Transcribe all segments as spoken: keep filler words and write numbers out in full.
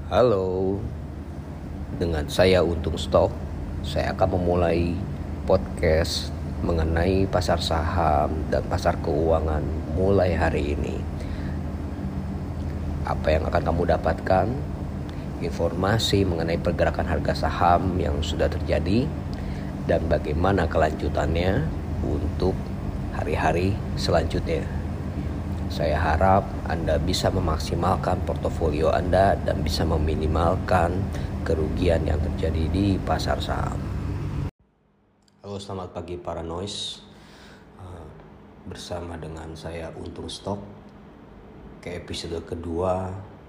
Halo, dengan saya Untung Stock, saya akan memulai podcast mengenai pasar saham dan pasar keuangan mulai hari ini. Apa yang akan kamu dapatkan? Informasi mengenai pergerakan harga saham yang sudah terjadi dan bagaimana kelanjutannya untuk hari-hari selanjutnya. Saya harap Anda bisa memaksimalkan portofolio Anda dan bisa meminimalkan kerugian yang terjadi di pasar saham. Halo, selamat pagi para noise. Bersama dengan saya Untung Stock ke episode kedua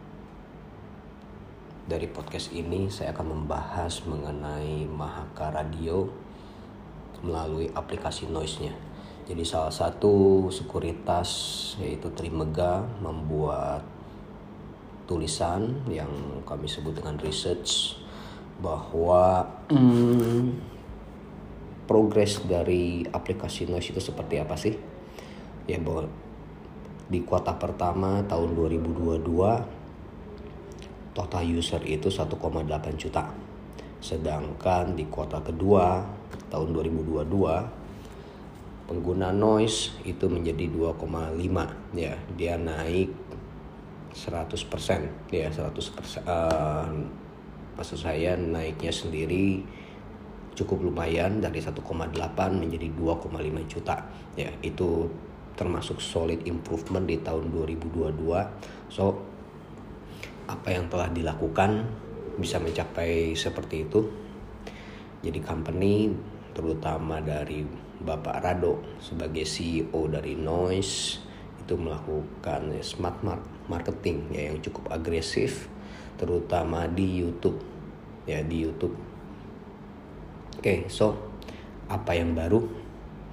dari podcast ini. Saya akan membahas mengenai Mahaka Radio melalui aplikasi Noise-nya. Jadi salah satu sekuritas yaitu Trimega membuat tulisan yang kami sebut dengan research bahwa hmm, progres dari aplikasi Noise itu seperti apa sih? Ya, bahwa di kuartal pertama tahun dua ribu dua puluh dua total user itu satu koma delapan juta. Sedangkan di kuartal kedua tahun dua ribu dua puluh dua pengguna Noise itu menjadi dua koma lima, ya, dia naik seratus persen, ya seratus persen. Uh, maksud saya naiknya sendiri cukup lumayan dari satu koma delapan menjadi dua koma lima juta. Ya, itu termasuk solid improvement di tahun dua ribu dua puluh dua. So, apa yang telah dilakukan bisa mencapai seperti itu. Jadi company terutama dari Bapak Rado sebagai C E O dari Noise itu melakukan smart marketing ya yang cukup agresif terutama di YouTube. Ya, di YouTube. Oke, okay, so apa yang baru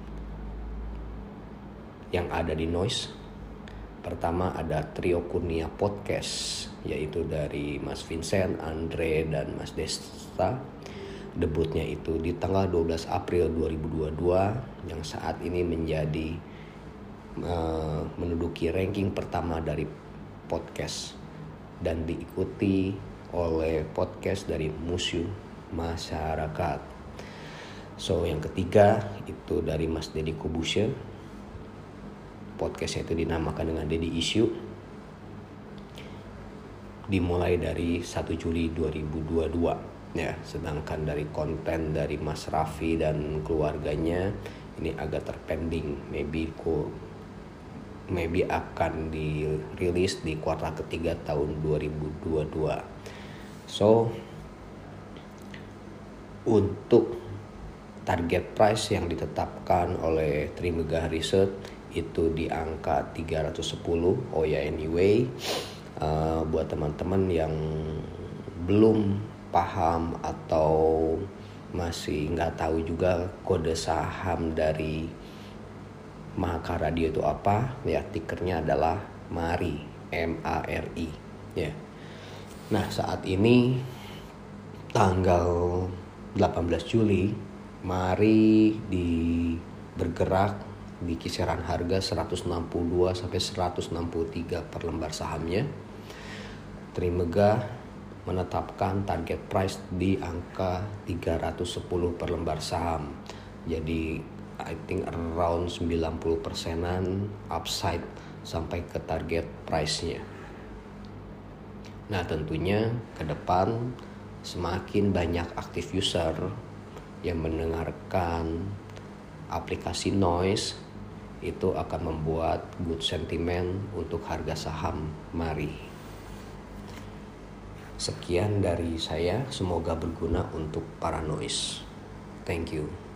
yang ada di Noise? Pertama ada Trio Kurnia Podcast, yaitu dari Mas Vincent, Andre, dan Mas Desta. Debutnya itu di tanggal dua belas April dua ribu dua puluh dua, yang saat ini menjadi uh, menduduki ranking pertama dari podcast dan diikuti oleh podcast dari Museum Masyarakat. So, yang ketiga itu dari Mas Deddy Kubusya. Podcastnya itu dinamakan dengan Deddy Issue. Dimulai dari satu Juli dua ribu dua puluh dua. Ya, sedangkan dari konten dari Mas Raffi dan keluarganya ini agak terpending. Maybe ko, maybe akan dirilis di kuartal ketiga tahun dua ribu dua puluh dua. So, untuk target price yang ditetapkan oleh Trimega Research itu di angka tiga ratus sepuluh. Oh ya, anyway, uh, buat teman-teman yang belum paham atau masih nggak tahu juga kode saham dari Mahaka Radio itu apa, ya tikernya adalah MARI, M A R I, ya. Nah, saat ini tanggal delapan belas Juli, MARI di bergerak di kisaran harga seratus enam puluh dua sampai seratus enam puluh tiga per lembar sahamnya. Trimega menetapkan target price di angka tiga ratus sepuluh per lembar saham. Jadi I think around sembilan puluh persenan upside sampai ke target price-nya. Nah, tentunya ke depan semakin banyak aktif user yang mendengarkan aplikasi Noise, itu akan membuat good sentiment untuk harga saham MARI. Sekian dari saya, semoga berguna untuk para noise. Thank you.